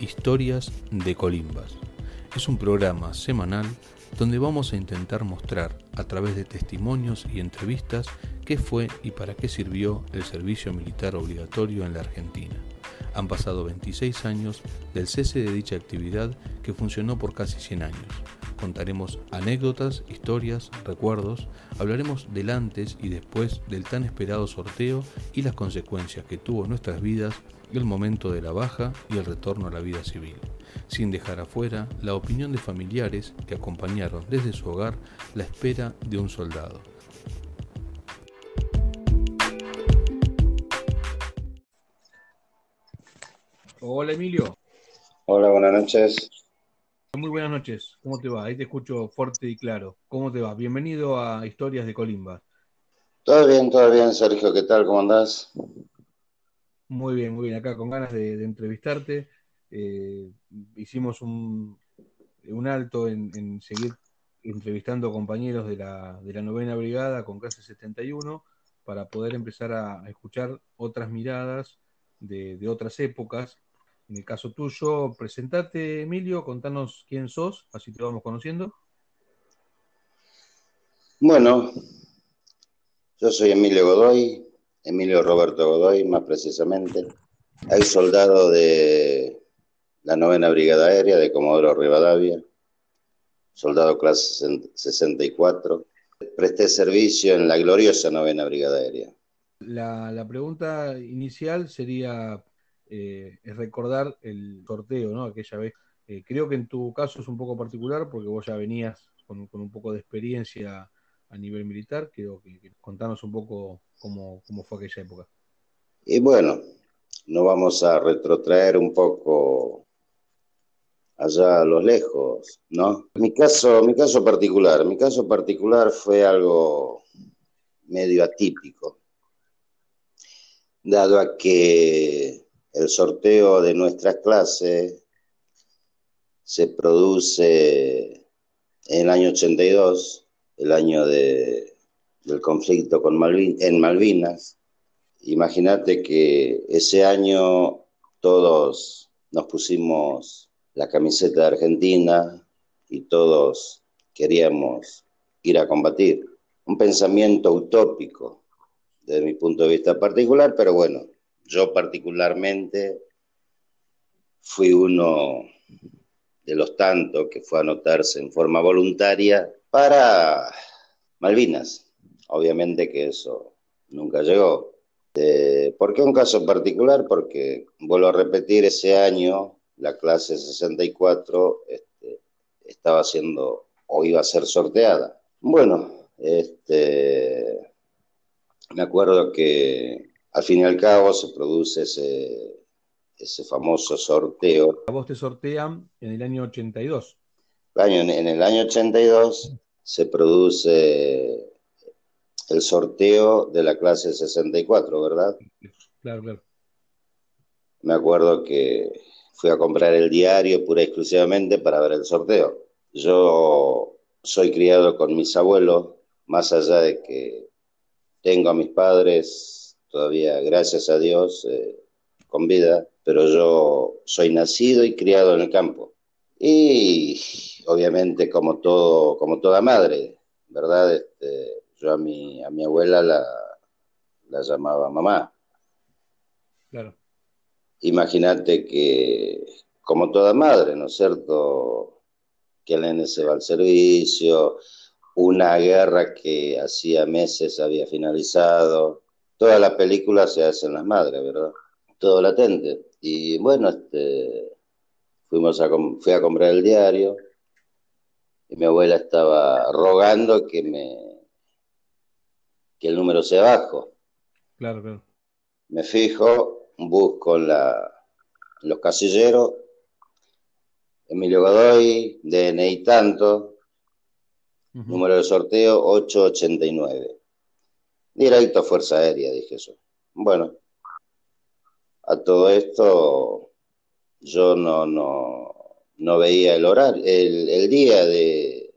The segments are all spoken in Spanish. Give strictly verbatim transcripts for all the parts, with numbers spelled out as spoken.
Historias de Colimbas. Es un programa semanal donde vamos a intentar mostrar a través de testimonios y entrevistas qué fue y para qué sirvió el servicio militar obligatorio en la Argentina. Han pasado veintiséis años del cese de dicha actividad que funcionó por casi cien años. Contaremos anécdotas, historias, recuerdos, hablaremos del antes y después del tan esperado sorteo y las consecuencias que tuvo en nuestras vidas el momento de la baja y el retorno a la vida civil, sin dejar afuera la opinión de familiares que acompañaron desde su hogar la espera de un soldado. Hola Emilio. Hola, buenas noches. Muy buenas noches, ¿cómo te va? Ahí te escucho fuerte y claro. ¿Cómo te va? Bienvenido a Historias de Colimbas. Todo bien, todo bien, Sergio, ¿qué tal? ¿Cómo andás? Muy bien, muy bien, acá con ganas de, de entrevistarte. Eh, hicimos un, un alto en, en seguir entrevistando compañeros de la, de la novena brigada con clase setenta y uno para poder empezar a, a escuchar otras miradas de, de otras épocas. En el caso tuyo, presentate, Emilio, contanos quién sos, así te vamos conociendo. Bueno, yo soy Emilio Godoy, Emilio Roberto Godoy, más precisamente. Hay soldado de la novena Brigada Aérea de Comodoro Rivadavia, soldado clase sesenta y cuatro. Presté servicio en la gloriosa novena Brigada Aérea. La, la pregunta inicial sería eh, es recordar el sorteo, ¿no? Aquella vez. Eh, creo que en tu caso es un poco particular porque vos ya venías con, con un poco de experiencia a nivel militar. Creo que, que contanos un poco cómo, cómo fue aquella época. Y bueno, nos vamos a retrotraer un poco allá a lo lejos, ¿no? Mi caso, mi caso particular, mi caso particular fue algo medio atípico, dado a que el sorteo de nuestras clases se produce en el año ochenta y dos, el año de, del conflicto con Malvin, en Malvinas. Imagínate que ese año todos nos pusimos la camiseta de Argentina y todos queríamos ir a combatir. Un pensamiento utópico desde mi punto de vista particular, pero bueno, yo particularmente fui uno de los tantos que fue a anotarse en forma voluntaria para Malvinas. Obviamente que eso nunca llegó. Eh, ¿Por qué un caso particular? Porque, vuelvo a repetir, ese año la clase sesenta y cuatro este, estaba siendo o iba a ser sorteada. Bueno, este, me acuerdo que al fin y al cabo se produce ese, ese famoso sorteo. A vos te sortean en el año ochenta y dos. En el año ochenta y dos se produce el sorteo de la clase sesenta y cuatro, ¿verdad? Claro, claro. Me acuerdo que fui a comprar el diario pura y exclusivamente para ver el sorteo. Yo soy criado con mis abuelos, más allá de que tengo a mis padres todavía, gracias a Dios, eh, con vida, pero yo soy nacido y criado en el campo. Y obviamente como todo, como toda madre, ¿verdad? Este, yo a mi, a mi abuela la, la llamaba mamá. Claro. Imagínate que, como toda madre, ¿no es cierto?, que el nene se va al servicio, una guerra que hacía meses había finalizado, toda la película se hace en las madres, ¿verdad? Todo latente. Y bueno, este, fuimos a, fui a comprar el diario y mi abuela estaba rogando que me que el número sea bajo. Claro, claro. Me fijo, busco en la, los casilleros, Emilio Godoy, D N I tanto, uh-huh. Número de sorteo ocho ochenta y nueve. Directo a Fuerza Aérea, dije yo. Bueno, a todo esto yo no, no, no veía el horario, el, el día de,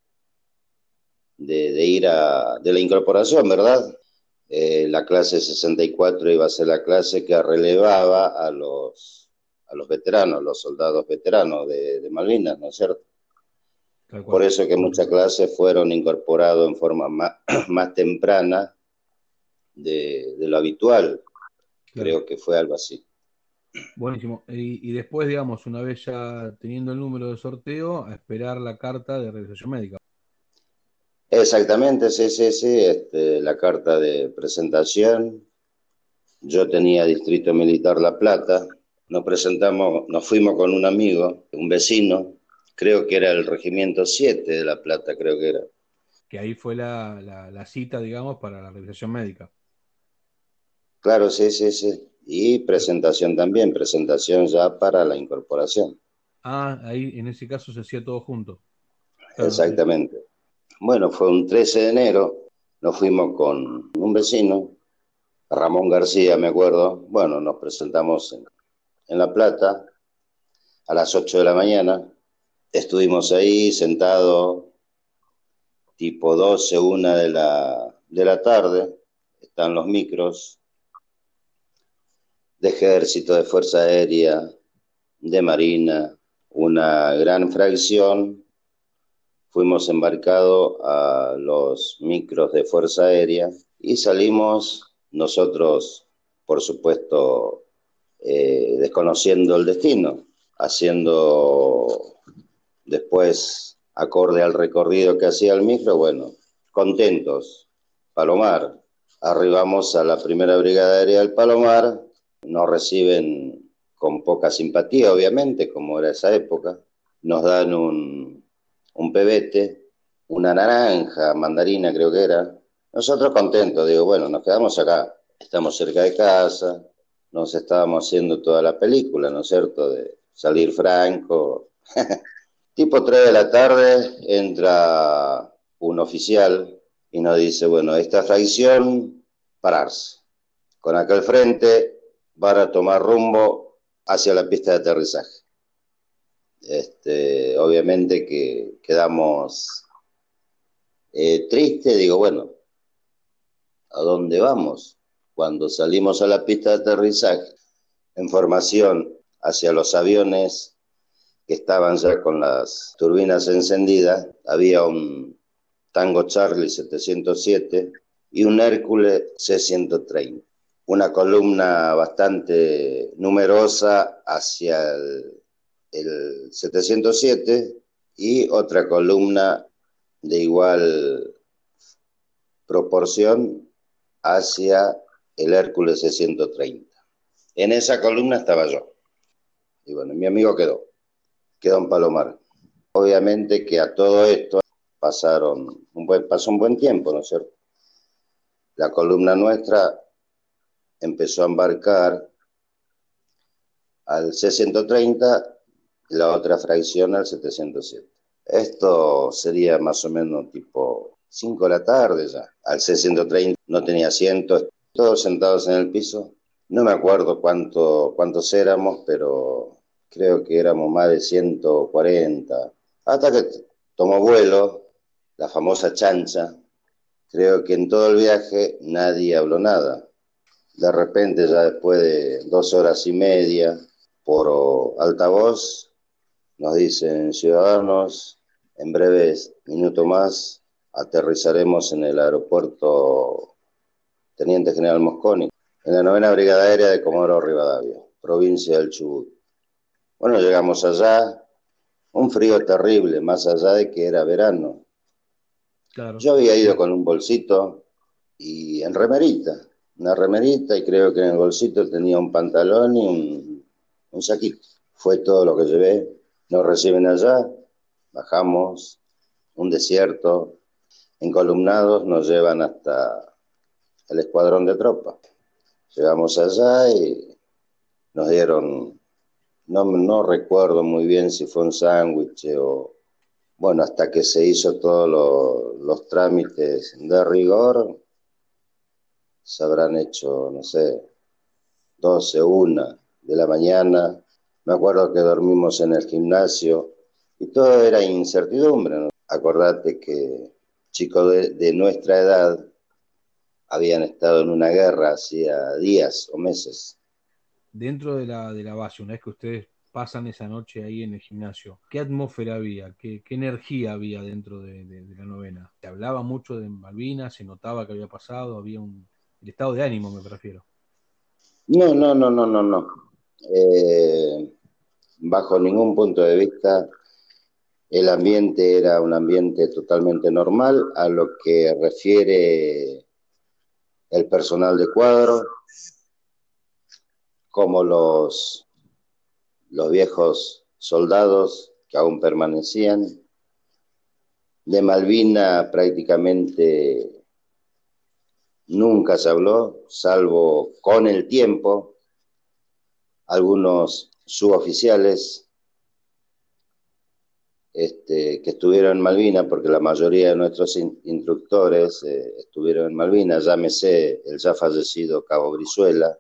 de, de ir a, de la incorporación, ¿verdad? Eh, la clase sesenta y cuatro iba a ser la clase que relevaba a los a los veteranos, los soldados veteranos de, de Malvinas, ¿no es cierto? Por eso que muchas clases fueron incorporadas en forma más, más temprana de, de lo habitual. Claro. Creo que fue algo así. Buenísimo. Y, y después, digamos, una vez ya teniendo el número de sorteo, a esperar la carta de realización médica. Exactamente, sí, sí, sí. Este, la carta de presentación. Yo tenía Distrito Militar La Plata. Nos presentamos, nos fuimos con un amigo, un vecino. Creo que era el Regimiento siete de La Plata, creo que era. Que ahí fue la, la, la cita, digamos, para la realización médica. Claro, sí, sí, sí. Y presentación también, presentación ya para la incorporación. Ah, ahí en ese caso se hacía todo junto. Claro, exactamente. Sí. Bueno, fue un trece de enero, nos fuimos con un vecino, Ramón García, me acuerdo. Bueno, nos presentamos en, en La Plata a las ocho de la mañana. Estuvimos ahí sentados tipo doce, una de la, de la tarde. Están los micros de Ejército, de Fuerza Aérea, de Marina, una gran fracción. Fuimos embarcados a los micros de Fuerza Aérea y salimos nosotros, por supuesto, eh, desconociendo el destino, haciendo después, acorde al recorrido que hacía el micro, bueno, contentos. Palomar, arribamos a la primera brigada aérea del Palomar, nos reciben con poca simpatía, obviamente, como era esa época, nos dan un, un pebete, una naranja, mandarina creo que era. Nosotros contentos, digo, bueno, nos quedamos acá, estamos cerca de casa, nos estábamos haciendo toda la película, ¿no es cierto?, de salir franco. Tipo tres de la tarde entra un oficial y nos dice, bueno, esta fracción, pararse. Con aquel frente van a tomar rumbo hacia la pista de aterrizaje. Este, obviamente que quedamos eh, tristes, digo, bueno, ¿a dónde vamos? Cuando salimos a la pista de aterrizaje, en formación hacia los aviones que estaban ya con las turbinas encendidas, había un Tango Charlie setecientos siete y un Hércules C ciento treinta. Una columna bastante numerosa hacia el, el setecientos siete y otra columna de igual proporción hacia el Hércules C ciento treinta. En esa columna estaba yo. Y bueno, mi amigo quedó. Quedó en Palomar. Obviamente que a todo esto pasaron un buen, pasó un buen tiempo, ¿no es cierto? La columna nuestra empezó a embarcar al C ciento treinta y la otra fracción al setecientos siete. Esto sería más o menos tipo cinco de la tarde ya. Al C ciento treinta no tenía asientos, todos sentados en el piso. No me acuerdo cuánto, cuántos éramos, pero creo que éramos más de ciento cuarenta. Hasta que tomó vuelo la famosa chancha. Creo que en todo el viaje nadie habló nada. De repente, ya después de dos horas y media, por altavoz, nos dicen, ciudadanos, en breves minutos más aterrizaremos en el aeropuerto Teniente General Mosconi, en la novena Brigada Aérea de Comodoro Rivadavia, provincia del Chubut. Bueno, llegamos allá, un frío terrible, más allá de que era verano. Claro. Yo había ido con un bolsito y en remerita, una remerita, y creo que en el bolsito tenía un pantalón y un, un saquito. Fue todo lo que llevé. Nos reciben allá, bajamos, un desierto, encolumnados, nos llevan hasta el escuadrón de tropa. Llegamos allá y nos dieron, no, no recuerdo muy bien si fue un sándwich o, bueno, hasta que se hizo todos lo, los trámites de rigor, se habrán hecho, no sé, doce, una de la mañana. Me acuerdo que dormimos en el gimnasio y todo era incertidumbre, ¿no? Acordate que chicos de, de nuestra edad habían estado en una guerra hacía días o meses. dentro de la, de la base, una vez que ustedes pasan esa noche ahí en el gimnasio, ¿qué atmósfera había? ¿Qué, qué energía había dentro de, de, de la novena? ¿Se hablaba mucho de Malvinas? ¿Se notaba que había pasado? ¿Había un... el estado de ánimo, me prefiero? No, no, no, no, no, no. Eh, bajo ningún punto de vista, el ambiente era un ambiente totalmente normal a lo que refiere el personal de cuadro, como los, los viejos soldados que aún permanecían. De Malvina prácticamente nunca se habló, salvo con el tiempo, algunos suboficiales este, que estuvieron en Malvinas, porque la mayoría de nuestros in instructores eh, estuvieron en Malvinas, llámese el ya fallecido Cabo Brizuela,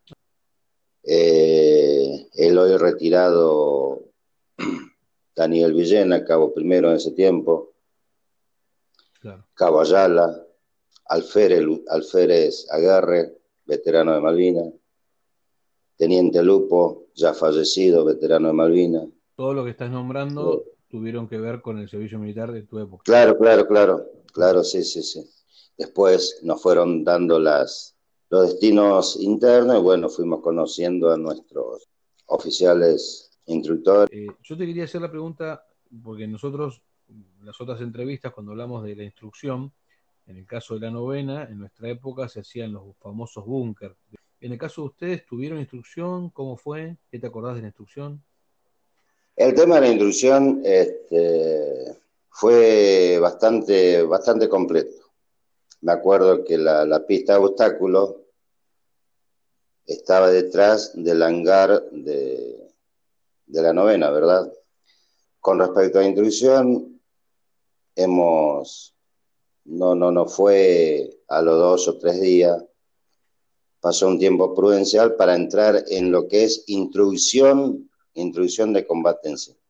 eh, el hoy retirado Daniel Villena, Cabo Primero en ese tiempo, claro. Cabo Ayala, Alférez, Alférez Agarre, veterano de Malvinas, Teniente Lupo, ya fallecido, veterano de Malvinas. Todo lo que estás nombrando eh, tuvieron que ver con el servicio militar de tu época. Claro, claro, claro, claro, sí, sí, sí. Después nos fueron dando las, los destinos internos y bueno, fuimos conociendo a nuestros oficiales instructores. Eh, yo te quería hacer la pregunta, porque nosotros, las otras entrevistas, cuando hablamos de la instrucción, en el caso de la novena, en nuestra época se hacían los famosos búnker. En el caso de ustedes, ¿tuvieron instrucción? ¿Cómo fue? ¿Qué te acordás de la instrucción? El tema de la instrucción este, fue bastante, bastante completo. Me acuerdo que la, la pista de obstáculos estaba detrás del hangar de, de la novena, ¿verdad? Con respecto a la instrucción, hemos, no, no, no fue a los dos o tres días, pasó un tiempo prudencial para entrar en lo que es instrucción, instrucción de combate en sí.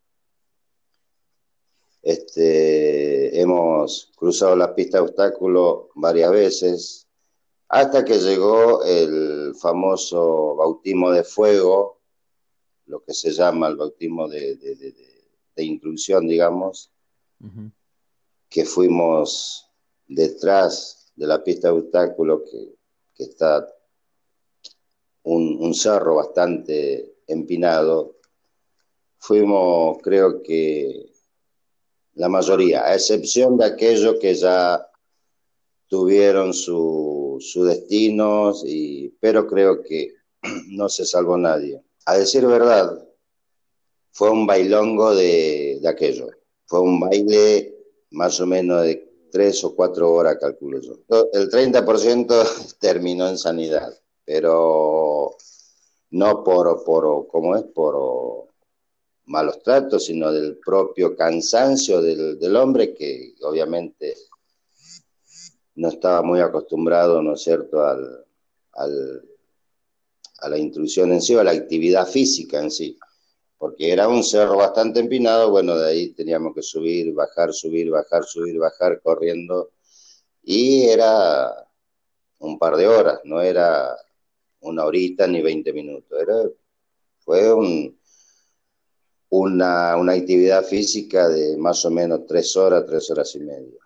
Este, hemos cruzado la pista de obstáculo varias veces, hasta que llegó el famoso bautismo de fuego, lo que se llama el bautismo de, de, de, de, de instrucción, digamos, uh-huh. que fuimos detrás de la pista de obstáculo, que, que está un, un cerro bastante empinado. Fuimos, creo que la mayoría, a excepción de aquellos que ya tuvieron su, su destino, y, pero creo que no se salvó nadie. A decir verdad, fue un bailongo de, de aquello. Fue un baile más o menos de tres o cuatro horas, calculo yo. El treinta por ciento terminó en sanidad, pero no por, por ¿cómo es? Por malos tratos, sino del propio cansancio del, del hombre, que obviamente no estaba muy acostumbrado, ¿no es cierto?, al, al, a la instrucción en sí, o a la actividad física en sí, porque era un cerro bastante empinado. Bueno, de ahí teníamos que subir, bajar, subir, bajar, subir, bajar, corriendo, y era un par de horas, no era una horita ni veinte minutos, era, fue un, una, una actividad física de más o menos tres horas, tres horas y media.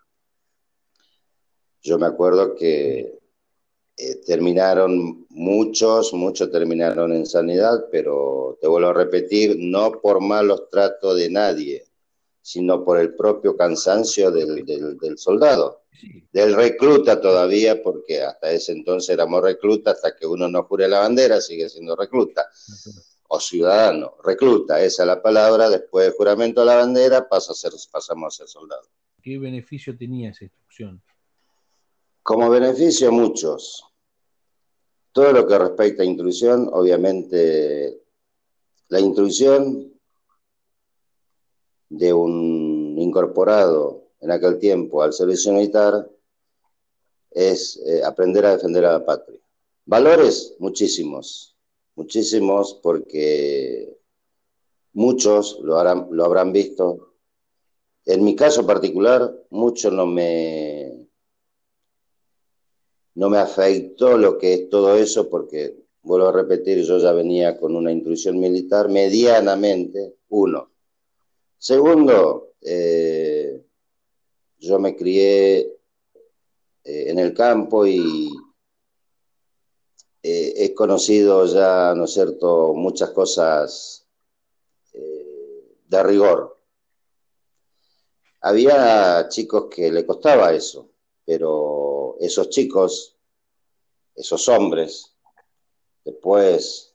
Yo me acuerdo que eh, terminaron muchos, muchos terminaron en sanidad, pero te vuelvo a repetir, no por malos tratos de nadie, sino por el propio cansancio del, del, del soldado, del recluta todavía, porque hasta ese entonces éramos reclutas, hasta que uno no jure la bandera, sigue siendo recluta, o ciudadano, recluta, esa es la palabra. Después del juramento a la bandera pasa a ser, pasamos a ser soldado. ¿Qué beneficio tenía esa instrucción? Como beneficio, muchos. Todo lo que respecta a instrucción, obviamente, la instrucción de un incorporado en aquel tiempo al servicio militar es eh, aprender a defender a la patria. Valores, muchísimos, muchísimos, porque muchos lo, harán, lo habrán visto. En mi caso particular, mucho no me... no me afectó lo que es todo eso, porque vuelvo a repetir, yo ya venía con una instrucción militar medianamente, uno. Segundo, eh, yo me crié eh, en el campo y eh, he conocido ya, ¿no es cierto?, muchas cosas eh, de rigor. Había chicos que le costaba eso, pero esos chicos, esos hombres, después,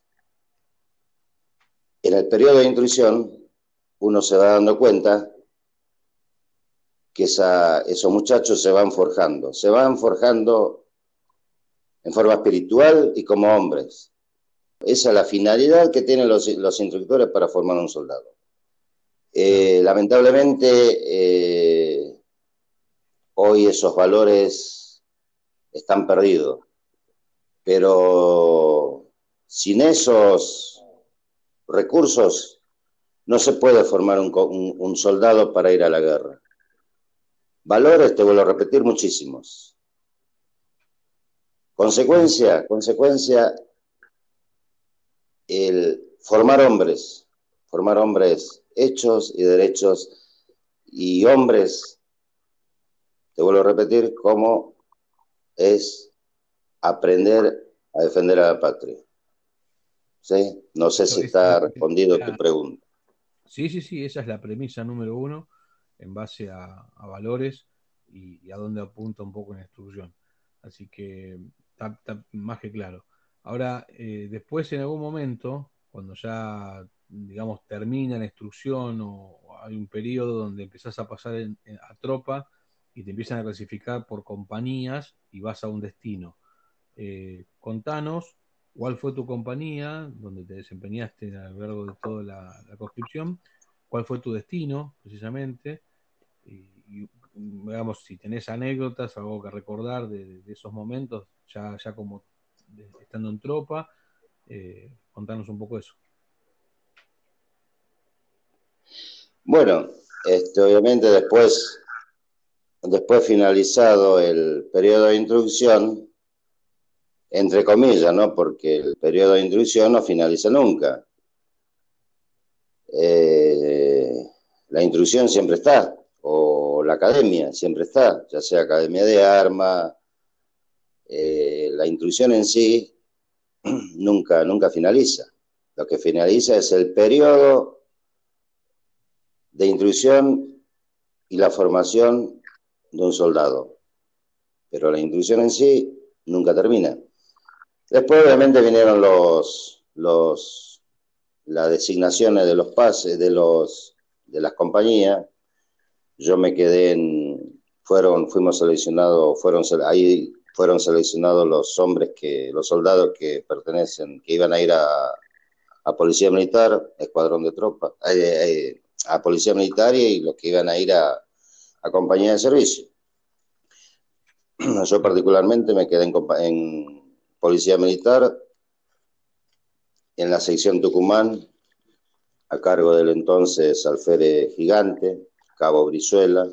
en el periodo de instrucción, uno se va dando cuenta que esa, esos muchachos se van forjando, se van forjando en forma espiritual y como hombres. Esa es la finalidad que tienen los, los instructores para formar un soldado. Eh, lamentablemente, eh, hoy esos valores están perdidos, pero sin esos recursos no se puede formar un, un, un soldado para ir a la guerra. Valores, te vuelvo a repetir, muchísimos. Consecuencia, consecuencia, el formar hombres, formar hombres hechos y derechos, y hombres, te vuelvo a repetir, cómo es aprender a defender a la patria. ¿Sí? No sé si está respondido tu pregunta. Sí, sí, sí, esa es la premisa número uno, en base a, a valores y, y a dónde apunta un poco en la instrucción. Así que está, está más que claro. Ahora, eh, después en algún momento, cuando ya, digamos, termina la instrucción o, o hay un periodo donde empezás a pasar en, en, a tropa y te empiezan a clasificar por compañías y vas a un destino. Eh, contanos cuál fue tu compañía, donde te desempeñaste a lo largo de toda la, la conscripción, cuál fue tu destino, precisamente, y, y digamos, si tenés anécdotas, algo que recordar de, de esos momentos, ya, ya como de, estando en tropa, eh, contanos un poco eso. Bueno, este, obviamente después, después finalizado el periodo de instrucción, entre comillas, ¿no? Porque el periodo de instrucción no finaliza nunca. Eh, la instrucción siempre está, o la academia siempre está, ya sea academia de armas, eh, la instrucción en sí nunca, nunca finaliza. Lo que finaliza es el periodo de instrucción y la formación de un soldado. Pero la instrucción en sí nunca termina. Después obviamente vinieron los, los, las designaciones de los pases, de, los, de las compañías. Yo me quedé en, fueron, fuimos seleccionados, fueron, ahí fueron seleccionados los hombres que, los soldados que pertenecen, que iban a ir a, a Policía Militar, Escuadrón de Tropas, eh, eh, a Policía Militar y los que iban a ir a, a Compañía de Servicio. Yo particularmente me quedé en, en Policía Militar, en la sección Tucumán, a cargo del entonces alférez Gigante, Cabo Brizuela,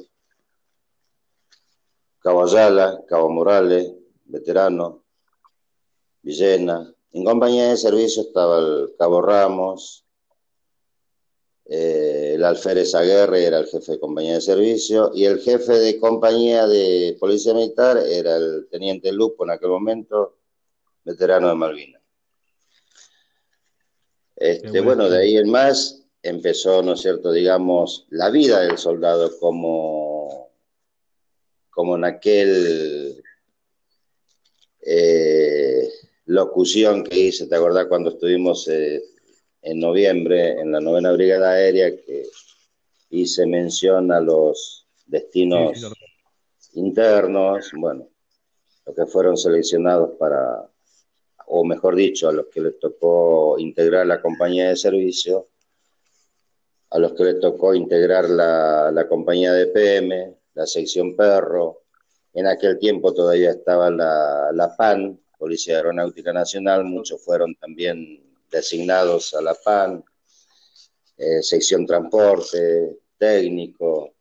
Cabo Ayala, Cabo Morales, veterano, Villena. En compañía de servicio estaba el Cabo Ramos, eh, el alférez Aguerre era el jefe de compañía de servicio, y el jefe de compañía de Policía Militar era el teniente Lupo, en aquel momento, veterano de Malvinas. Este, bueno, de ahí en más empezó, ¿no es cierto?, digamos, la vida del soldado como, como en aquel eh, locución que hice, ¿te acordás cuando estuvimos eh, en noviembre en la novena Brigada Aérea, que hice mención a los destinos sí, sí, internos, bueno, los que fueron seleccionados para, o mejor dicho, a los que les tocó integrar la compañía de servicio, a los que les tocó integrar la, la compañía de P M, la sección Perro. En aquel tiempo todavía estaba la, la P A N, Policía Aeronáutica Nacional, muchos fueron también designados a la P A N, eh, sección Transporte, técnico,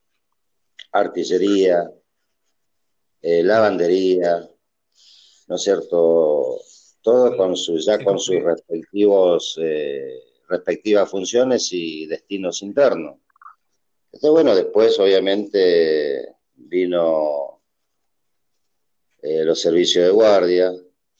artillería, eh, lavandería, ¿no es cierto?, todo Claro. con sus, ya Sí, con sus porque respectivos, eh, respectivas funciones y destinos internos. Entonces, bueno, después obviamente vino eh, los servicios de guardia.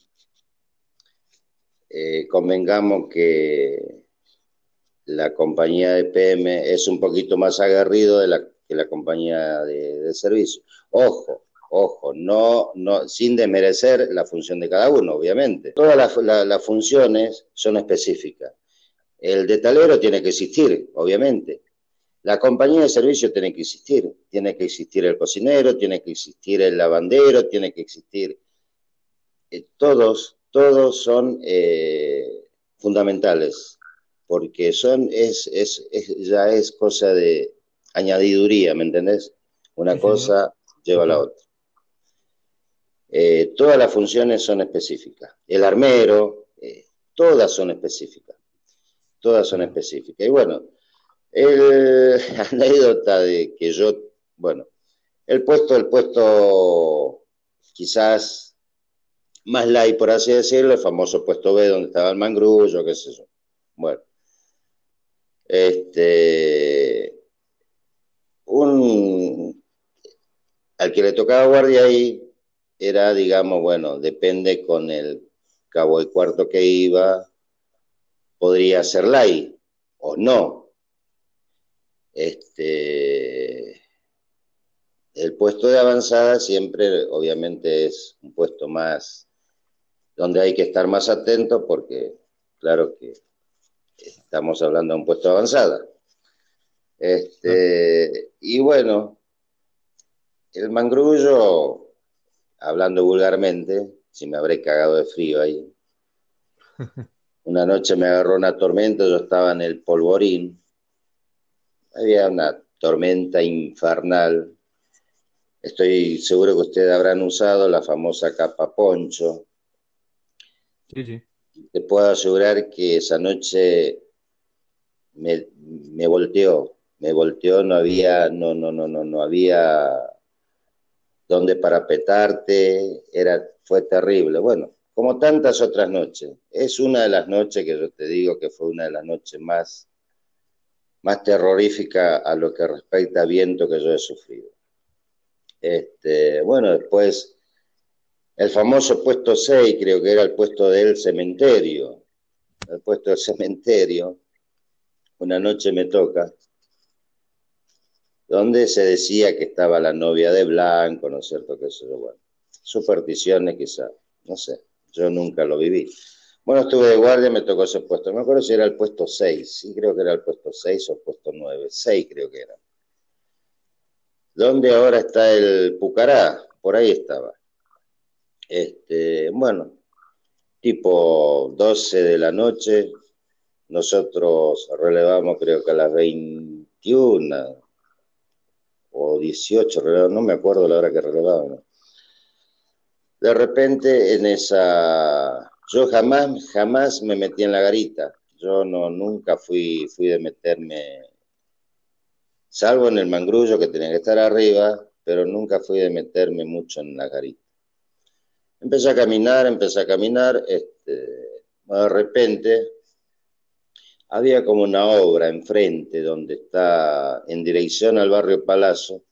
Eh, convengamos que la compañía de P M es un poquito más aguerrido de la, que la compañía de, de servicio. Ojo, ojo, no, no, sin desmerecer la función de cada uno, obviamente. Todas las, la, las funciones son específicas. El de talero tiene que existir, obviamente. La compañía de servicio tiene que existir. Tiene que existir el cocinero, tiene que existir el lavandero, tiene que existir... Eh, todos, todos son eh, fundamentales, porque son, es, es, es, ya es cosa de añadiduría, ¿me entendés? Una sí, señor. cosa Sí, lleva a la claro. otra. Eh, todas las funciones son específicas. El armero, eh, todas son específicas. Todas son Claro. específicas. Y bueno, el anécdota de que yo, bueno, el puesto, el puesto quizás más light, por así decirlo, el famoso puesto B donde estaba el mangrullo, qué sé yo. Bueno, este, un, al que le tocaba guardia ahí era, digamos, bueno, depende con el cabo de cuarto que iba, podría ser light o no. Este, el puesto de avanzada siempre, obviamente, es un puesto más donde hay que estar más atento porque, claro que estamos hablando de un puesto de avanzada. Claro. Este, y bueno, el mangrullo, hablando vulgarmente, si me habré cagado de frío ahí, una noche me agarró una tormenta, yo estaba en el polvorín, había una tormenta infernal, estoy seguro que ustedes habrán usado la famosa capa poncho, Sí, sí. te puedo asegurar que esa noche me, me volteó, me volteó, no había, no, no, no, no, no había donde parapetarte, era, fue terrible. Bueno, como tantas otras noches, es una de las noches que yo te digo que fue una de las noches más, más terroríficas a lo que respecta a viento que yo he sufrido. Este, bueno, después el famoso puesto seis, creo que era el puesto del cementerio, el puesto del cementerio, una noche me toca, donde se decía que estaba la novia de blanco, ¿no es cierto? Que eso, bueno, supersticiones quizás, no sé, yo nunca lo viví. Bueno, estuve de guardia, me tocó ese puesto, no me acuerdo si era el puesto seis, sí creo que era el puesto seis o el puesto nueve, seis creo que era. ¿Dónde ahora está el Pucará? Por ahí estaba. Este, bueno, tipo doce de la noche, nosotros relevamos creo que a las veintiuna o dieciocho, no me acuerdo la hora que relevábamos. De repente en esa, yo jamás, jamás me metí en la garita, yo no, nunca fui, fui de meterme, salvo en el mangrullo que tenía que estar arriba, pero nunca fui de meterme mucho en la garita. Empecé a caminar, empecé a caminar, este, de repente había como una obra enfrente donde está en dirección al barrio Palazzo,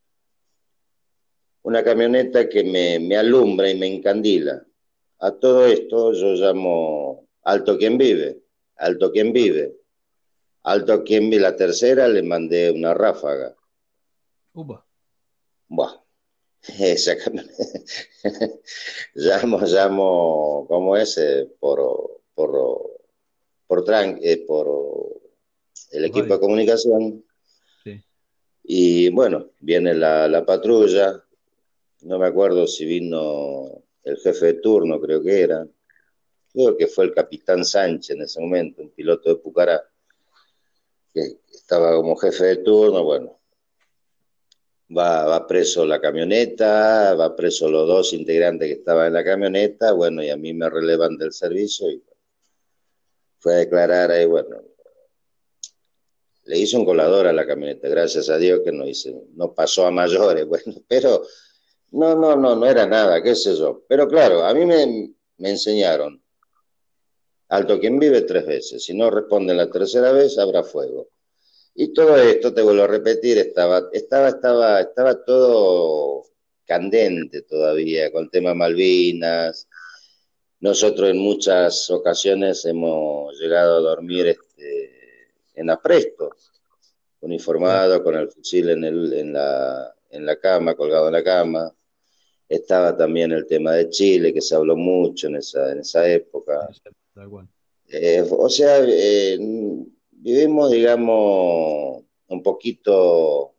una camioneta que me, me alumbra y me encandila. A todo esto yo llamo alto quien vive, alto quien vive, alto quien vive. La tercera le mandé una ráfaga. Upa. Buah, esa camioneta. llamo, llamo, ¿cómo es? Eh, por, por, por, tran, eh, por el Por equipo de radio. comunicación. Sí. Y bueno, viene la, la patrulla. No me acuerdo si vino el jefe de turno, creo que era. Creo que fue el capitán Sánchez en ese momento, un piloto de Pucará, que estaba como jefe de turno. Bueno, va, va preso la camioneta, va preso los dos integrantes que estaban en la camioneta, bueno, y a mí me relevan del servicio y fue a declarar ahí, bueno, le hizo un colador a la camioneta, gracias a Dios que no hice, no pasó a mayores, bueno, pero no, no, no, no era nada, qué sé yo. Pero claro, a mí me, me enseñaron, alto quien vive tres veces, si no responden la tercera vez, habrá fuego. Y todo esto, te vuelvo a repetir, estaba, estaba, estaba, estaba todo candente todavía, con el tema Malvinas. Nosotros en muchas ocasiones hemos llegado a dormir este, en apresto, uniformado, con el fusil en, el, en, la, en la cama, colgado en la cama. Estaba también el tema de Chile, que se habló mucho en esa, en esa época. Eh, o sea, eh, vivimos, digamos, un poquito,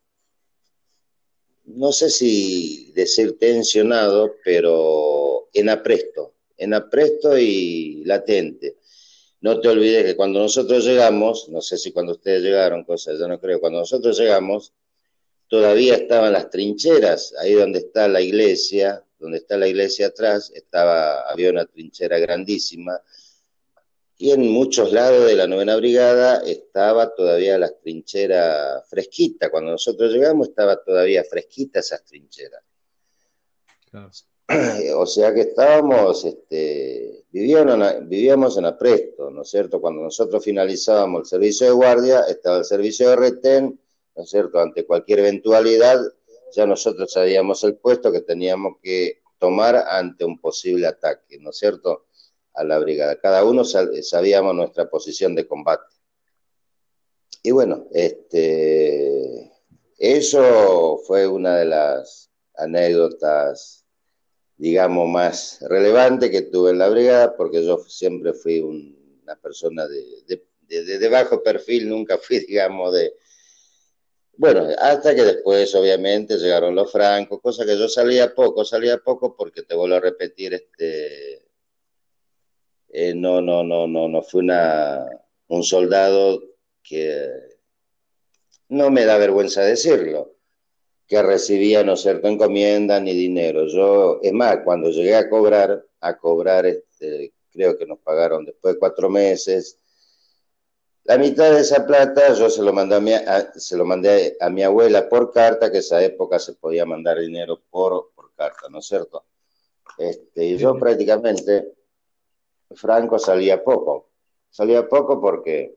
no sé si decir tensionado, pero en apresto, en apresto y latente. No te olvides que cuando nosotros llegamos, no sé si cuando ustedes llegaron, cosas, yo no creo, cuando nosotros llegamos, todavía estaban las trincheras, ahí donde está la iglesia, donde está la iglesia atrás, estaba, había una trinchera grandísima, y en muchos lados de la novena brigada estaba todavía las trincheras fresquitas. Cuando nosotros llegamos estaba todavía fresquita esas trincheras. Claro. O sea que estábamos, este, vivíamos, vivíamos en apresto, ¿no es cierto? Cuando nosotros finalizábamos el servicio de guardia, estaba el servicio de retén, ¿no es cierto? Ante cualquier eventualidad, ya nosotros sabíamos el puesto que teníamos que tomar ante un posible ataque, ¿no es cierto?, a la brigada. Cada uno sabíamos nuestra posición de combate. Y bueno, este, eso fue una de las anécdotas, digamos, más relevantes que tuve en la brigada, porque yo siempre fui un, una persona de, de, de, de bajo perfil, nunca fui, digamos, de... Bueno, hasta que después, obviamente, llegaron los francos, cosa que yo salía poco, salía poco porque, te vuelvo a repetir, este... Eh, no, no, no, no, no fue una, un soldado que, no me da vergüenza decirlo, que recibía, no es cierto, encomienda ni dinero. Yo, es más, cuando llegué a cobrar, a cobrar, este, creo que nos pagaron después de cuatro meses, la mitad de esa plata yo se lo mandé a mi, a, se lo mandé a mi abuela por carta, que esa época se podía mandar dinero por, por carta, ¿no es cierto? Este, y yo prácticamente... Franco salía poco, salía poco porque,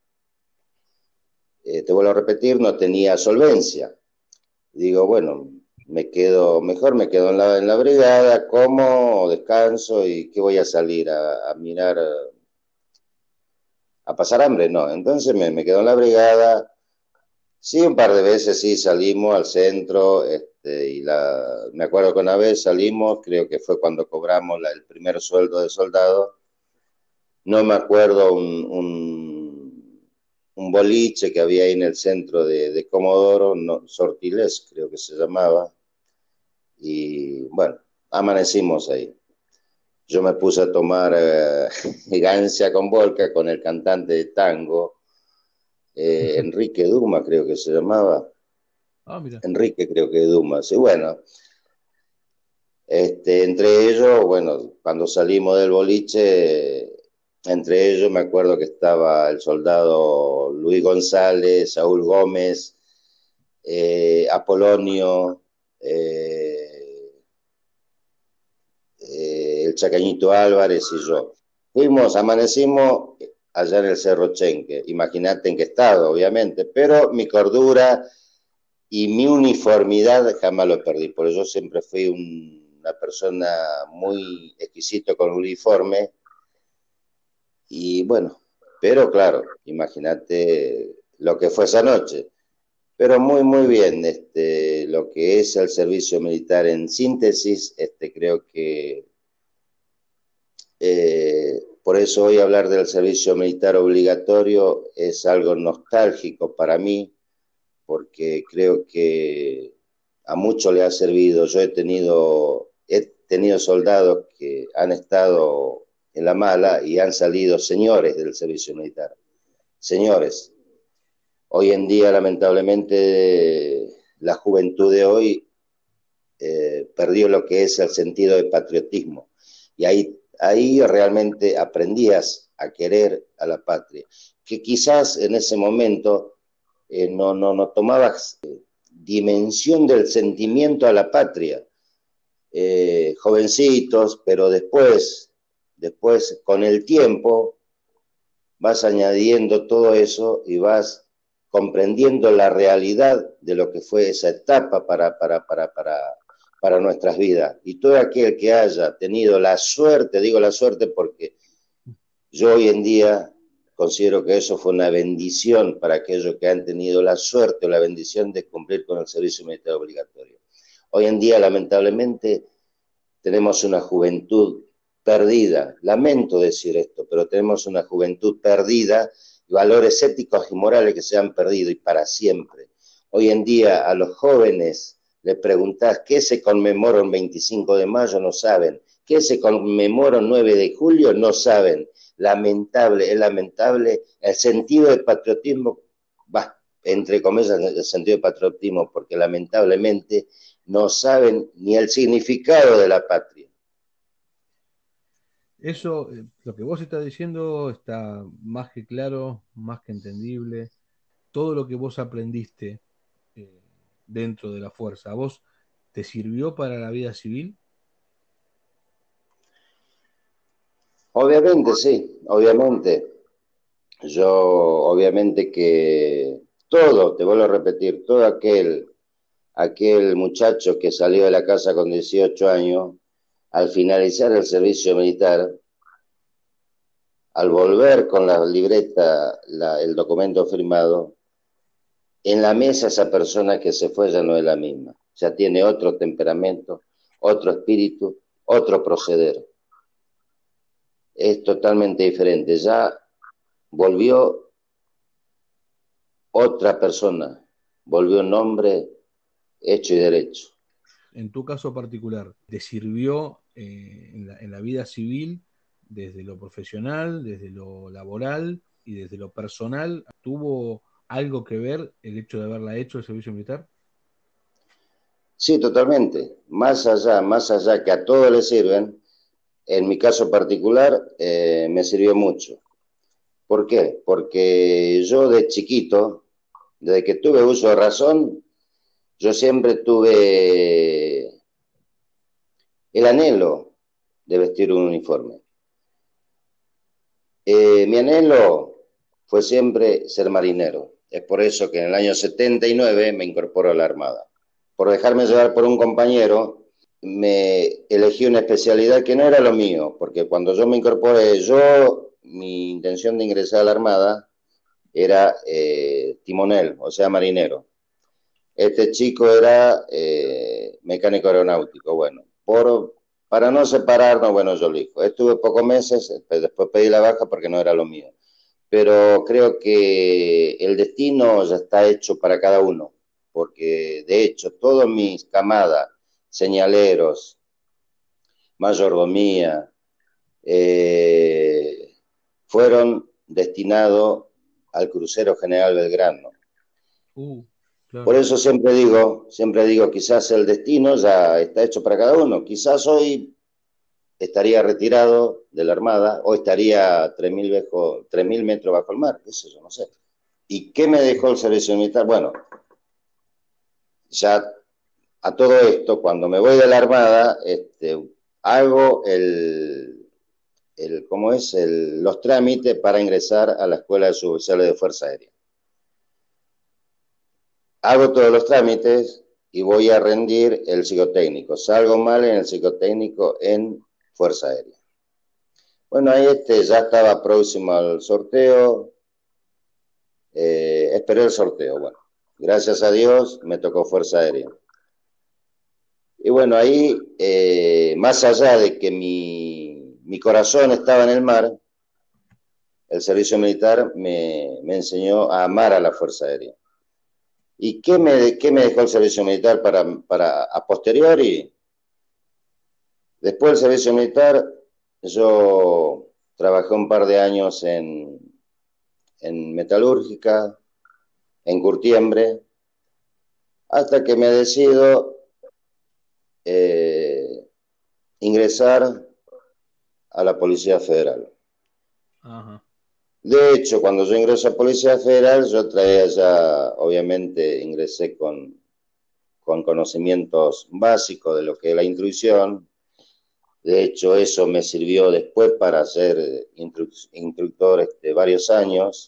eh, te vuelvo a repetir, no tenía solvencia. Digo, bueno, me quedo, mejor me quedo en la, en la brigada, como, descanso, y ¿qué voy a salir a, a mirar, a, a pasar hambre? No, entonces me, me quedo en la brigada. Sí, un par de veces sí salimos al centro, este, y la, me acuerdo que una vez salimos, creo que fue cuando cobramos la, el primer sueldo de soldado. No me acuerdo, un, un, un boliche que había ahí en el centro de, de Comodoro, no, Sortilés creo que se llamaba, y bueno, amanecimos ahí. Yo me puse a tomar eh, gancia con vodka con el cantante de tango, eh, Enrique Dumas creo que se llamaba. Ah, mira. Enrique creo que Dumas, y bueno, este, entre ellos, bueno, cuando salimos del boliche... Entre ellos me acuerdo que estaba el soldado Luis González, Saúl Gómez, eh, Apolonio, eh, eh, el Chacañito Álvarez y yo. Fuimos, amanecimos allá en el Cerro Chenque, imagínate en qué estado, obviamente, pero mi cordura y mi uniformidad jamás lo perdí, por eso siempre fui un, una persona muy exquisito con el uniforme. Y bueno, pero claro, imagínate lo que fue esa noche. Pero muy, muy bien, este, lo que es el servicio militar en síntesis, este, creo que eh, por eso hoy hablar del servicio militar obligatorio es algo nostálgico para mí, porque creo que a mucho le ha servido. Yo he tenido, he tenido soldados que han estado en la mala y han salido señores del servicio militar. Señores. Hoy en día, lamentablemente, la juventud de hoy eh, perdió lo que es el sentido de patriotismo. Y ahí, ahí realmente aprendías a querer a la patria. Que quizás en ese momento eh, no, no, no tomabas eh, dimensión del sentimiento a la patria. Eh, jovencitos, pero después Después, con el tiempo, vas añadiendo todo eso y vas comprendiendo la realidad de lo que fue esa etapa para, para, para, para, para nuestras vidas. Y todo aquel que haya tenido la suerte, digo la suerte porque yo hoy en día considero que eso fue una bendición para aquellos que han tenido la suerte o la bendición de cumplir con el servicio militar obligatorio. Hoy en día, lamentablemente, tenemos una juventud perdida. Lamento decir esto, pero tenemos una juventud perdida, valores éticos y morales que se han perdido y para siempre. Hoy en día a los jóvenes les preguntás qué se conmemora el veinticinco de mayo, no saben. ¿Qué se conmemora el nueve de julio? No saben. Lamentable, es lamentable el sentido de patriotismo, bah, entre comillas el sentido de patriotismo, porque lamentablemente no saben ni el significado de la patria. Eso, eh, lo que vos estás diciendo está más que claro, más que entendible. Todo lo que vos aprendiste eh, dentro de la fuerza, ¿a vos te sirvió para la vida civil? Obviamente, sí, obviamente. Yo, obviamente que todo, te vuelvo a repetir, todo aquel, aquel muchacho que salió de la casa con dieciocho años, al finalizar el servicio militar, al volver con la libreta, la, el documento firmado, en la mesa esa persona que se fue ya no es la misma, ya tiene otro temperamento, otro espíritu, otro proceder. Es totalmente diferente, ya volvió otra persona, volvió un hombre hecho y derecho. En tu caso particular, ¿te sirvió eh, en la, en la vida civil desde lo profesional, desde lo laboral y desde lo personal? ¿Tuvo algo que ver el hecho de haberla hecho el servicio militar? Sí, totalmente. Más allá, más allá que a todos les sirven, en mi caso particular eh, me sirvió mucho. ¿Por qué? Porque yo de chiquito, desde que tuve uso de razón, yo siempre tuve el anhelo de vestir un uniforme. Eh, mi anhelo fue siempre ser marinero. Es por eso que en el año setenta y nueve me incorporo a la Armada. Por dejarme llevar por un compañero, me elegí una especialidad que no era lo mío, porque cuando yo me incorporé, yo, mi intención de ingresar a la Armada era eh, timonel, o sea, marinero. Este chico era eh, mecánico aeronáutico. Bueno, por, para no separarnos, bueno, yo elijo. Estuve pocos meses, después pedí la baja porque no era lo mío. Pero creo que el destino ya está hecho para cada uno, porque de hecho todos mis camadas, señaleros, mayordomía, eh, fueron destinados al crucero General Belgrano. Uh, claro. Por eso siempre digo, siempre digo, quizás el destino ya está hecho para cada uno. Quizás hoy estaría retirado de la Armada o estaría tres mil metros bajo el mar, qué sé yo, no sé. ¿Y qué me dejó el servicio militar? Bueno, ya a todo esto, cuando me voy de la Armada, este, hago el, el, ¿cómo es? El, los trámites para ingresar a la Escuela de Suboficiales de Fuerza Aérea. Hago todos los trámites y voy a rendir el psicotécnico. Salgo mal en el psicotécnico en Fuerza Aérea. Bueno, ahí este ya estaba próximo al sorteo. Eh, esperé el sorteo. Bueno, gracias a Dios me tocó Fuerza Aérea. Y bueno, ahí, eh, más allá de que mi, mi corazón estaba en el mar, el servicio militar me, me enseñó a amar a la Fuerza Aérea. ¿Y qué me, qué me dejó el servicio militar para, para a posteriori? Después del servicio militar, yo trabajé un par de años en, en metalúrgica, en curtiembre, hasta que me decido eh, ingresar a la Policía Federal. Ajá. De hecho, cuando yo ingreso a Policía Federal, yo traía ya, obviamente, ingresé con, con conocimientos básicos de lo que es la instrucción, De hecho, eso me sirvió después para ser instru instructor este, varios años.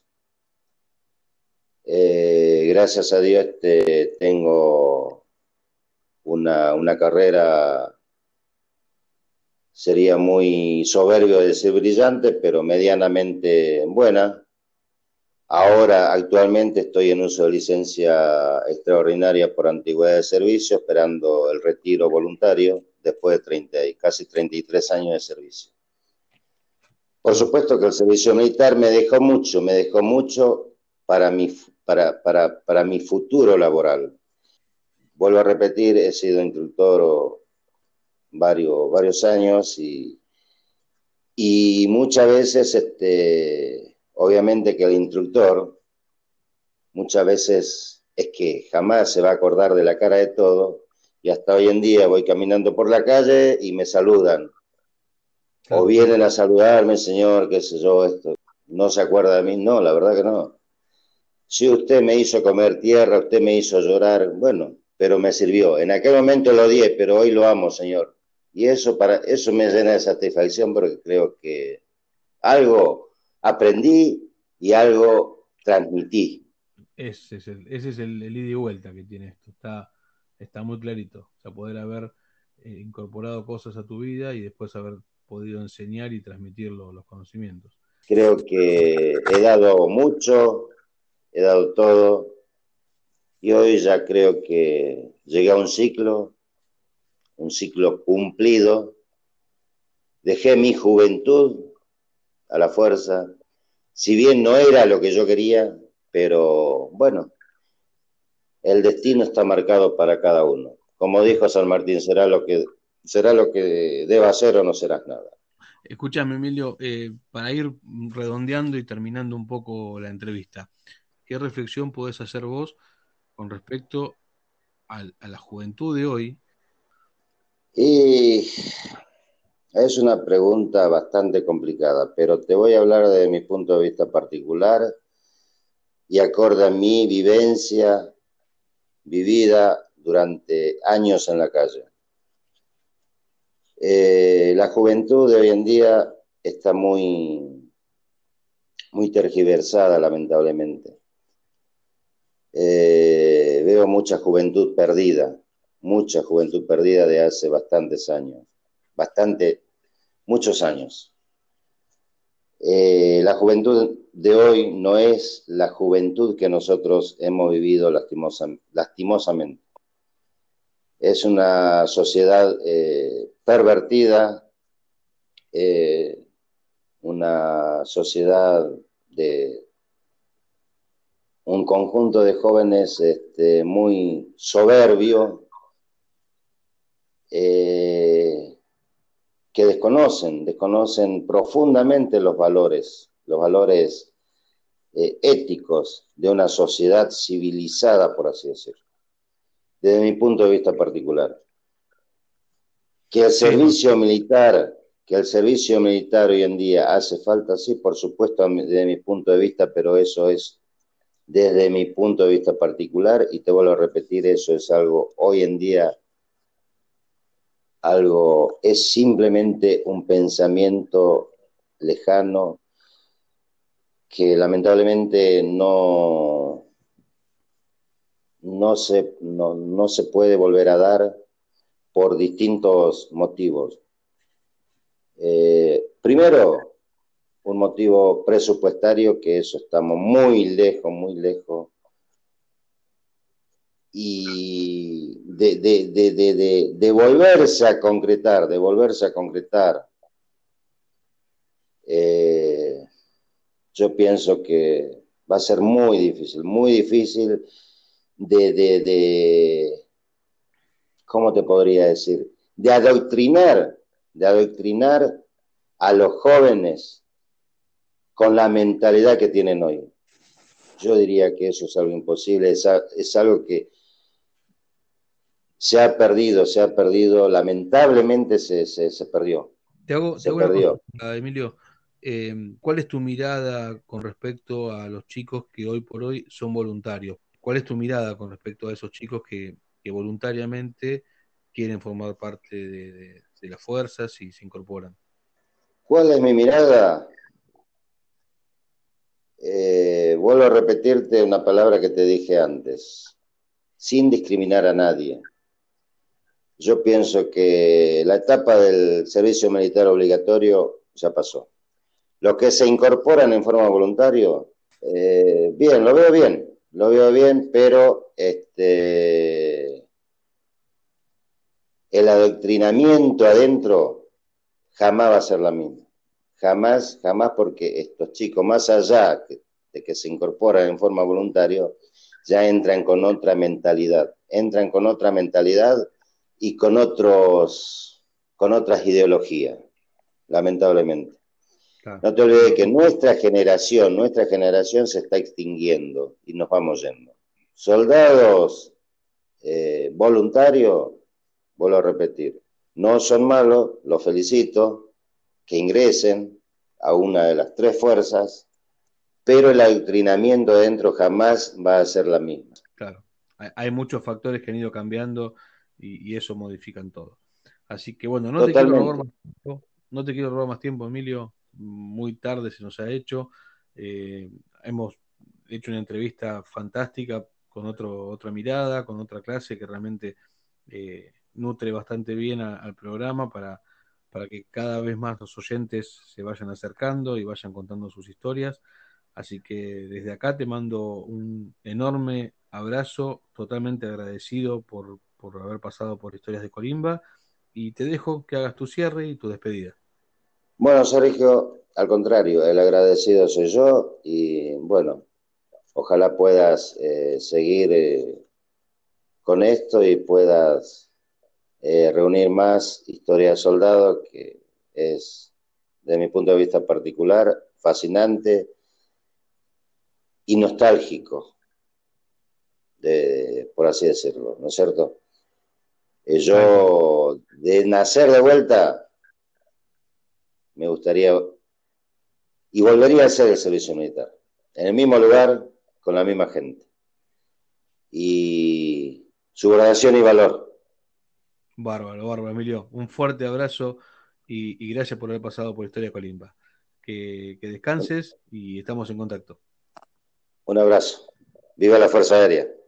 Eh, gracias a Dios este, tengo una, una carrera, sería muy soberbio decir brillante, pero medianamente buena. Ahora, actualmente, estoy en uso de licencia extraordinaria por antigüedad de servicio, esperando el retiro voluntario después de treinta, casi treinta y tres años de servicio. Por supuesto que el servicio militar me dejó mucho, me dejó mucho para mi, para, para, para mi futuro laboral. Vuelvo a repetir, he sido instructor varios, varios años y, y muchas veces, este, obviamente que el instructor, muchas veces es que jamás se va a acordar de la cara de todo, y hasta hoy en día voy caminando por la calle y me saludan. Claro. O vienen a saludarme, señor, qué sé yo, esto. ¿No se acuerda de mí? No, la verdad que no. Si usted me hizo comer tierra, usted me hizo llorar, bueno, pero me sirvió. En aquel momento lo odié, pero hoy lo amo, señor. Y eso, para, eso me llena de satisfacción porque creo que algo aprendí y algo transmití. Ese es el, ese es el, el ida y vuelta que tiene esto. Está, está muy clarito. O sea, poder haber eh, incorporado cosas a tu vida y después haber podido enseñar y transmitir lo, los conocimientos. Creo que he dado mucho, he dado todo, y hoy ya creo que llegué a un ciclo, un ciclo cumplido. Dejé mi juventud a la fuerza, si bien no era lo que yo quería, pero bueno, el destino está marcado para cada uno. Como dijo San Martín, será lo que, será lo que deba hacer o no serás nada. Escúchame, Emilio, eh, para ir redondeando y terminando un poco la entrevista, ¿qué reflexión podés hacer vos con respecto a, a la juventud de hoy? Y es una pregunta bastante complicada, pero te voy a hablar de mi punto de vista particular y acorde a mi vivencia vivida durante años en la calle. Eh, la juventud de hoy en día está muy, muy tergiversada, lamentablemente. Eh, veo mucha juventud perdida, mucha juventud perdida de hace bastantes años, bastante, muchos años. Eh, la juventud de hoy no es la juventud que nosotros hemos vivido lastimosa, lastimosamente. Es una sociedad eh, pervertida, eh, una sociedad de un conjunto de jóvenes este, muy soberbio, eh, que desconocen, desconocen profundamente los valores, los valores eh, éticos de una sociedad civilizada, por así decirlo, desde mi punto de vista particular. Que el servicio militar, que el servicio militar hoy en día hace falta, sí, por supuesto, desde mi punto de vista, pero eso es desde mi punto de vista particular, y te vuelvo a repetir, eso es algo hoy en día, algo, es simplemente un pensamiento lejano que lamentablemente no, no, se, no, no se puede volver a dar por distintos motivos. Eh, primero, un motivo presupuestario, que eso estamos muy lejos, muy lejos, y de, de, de, de, de, de volverse a concretar, de volverse a concretar, eh, yo pienso que va a ser muy difícil, muy difícil de, de, de ¿cómo te podría decir? De adoctrinar, de adoctrinar a los jóvenes con la mentalidad que tienen hoy. Yo diría que eso es algo imposible, es, es algo que se ha perdido, se ha perdido, lamentablemente se, se, se perdió. Te hago, se te hago perdió. Una pregunta, Emilio. Eh, ¿Cuál es tu mirada con respecto a los chicos que hoy por hoy son voluntarios? ¿Cuál es tu mirada con respecto a esos chicos que, que voluntariamente quieren formar parte de, de, de las fuerzas y se incorporan. ¿Cuál es mi mirada? Eh, vuelvo a repetirte una palabra que te dije antes, sin discriminar a nadie. Yo pienso que la etapa del servicio militar obligatorio ya pasó. Los que se incorporan en forma voluntaria, eh, bien, lo veo bien, lo veo bien, pero este, el adoctrinamiento adentro jamás va a ser la misma. Jamás, jamás, porque estos chicos, más allá de que se incorporan en forma voluntaria, ya entran con otra mentalidad, entran con otra mentalidad y con otros, con otras ideologías, lamentablemente. Claro. No te olvides que nuestra generación, nuestra generación se está extinguiendo y nos vamos yendo. Soldados eh, voluntarios, vuelvo a repetir, no son malos, los felicito, que ingresen a una de las tres fuerzas, pero el adoctrinamiento adentro jamás va a ser la misma. Claro, hay, hay muchos factores que han ido cambiando y, y eso modifican todo. Así que bueno, no Totalmente. te quiero robar más tiempo, no te quiero robar más tiempo, Emilio, muy tarde se nos ha hecho, eh, hemos hecho una entrevista fantástica con otro, otra mirada, con otra clase que realmente eh, nutre bastante bien a, al programa para para que cada vez más los oyentes se vayan acercando y vayan contando sus historias. Así que desde acá te mando un enorme abrazo, totalmente agradecido por, por haber pasado por Historias de Colimba, y te dejo que hagas tu cierre y tu despedida. Bueno, Sergio, al contrario, el agradecido soy yo y bueno, ojalá puedas eh, seguir eh, con esto y puedas Eh, reunir más Historia de Soldado, que es, de mi punto de vista particular, fascinante y nostálgico, de, por así decirlo, ¿no es cierto? Eh, yo, de nacer de vuelta, me gustaría, y volvería a hacer el servicio militar, en el mismo lugar, con la misma gente. Y su gradación y valor. Bárbaro, bárbaro, Emilio. Un fuerte abrazo y, y gracias por haber pasado por Historia Colimba. Que, que descanses y estamos en contacto. Un abrazo. Viva la Fuerza Aérea.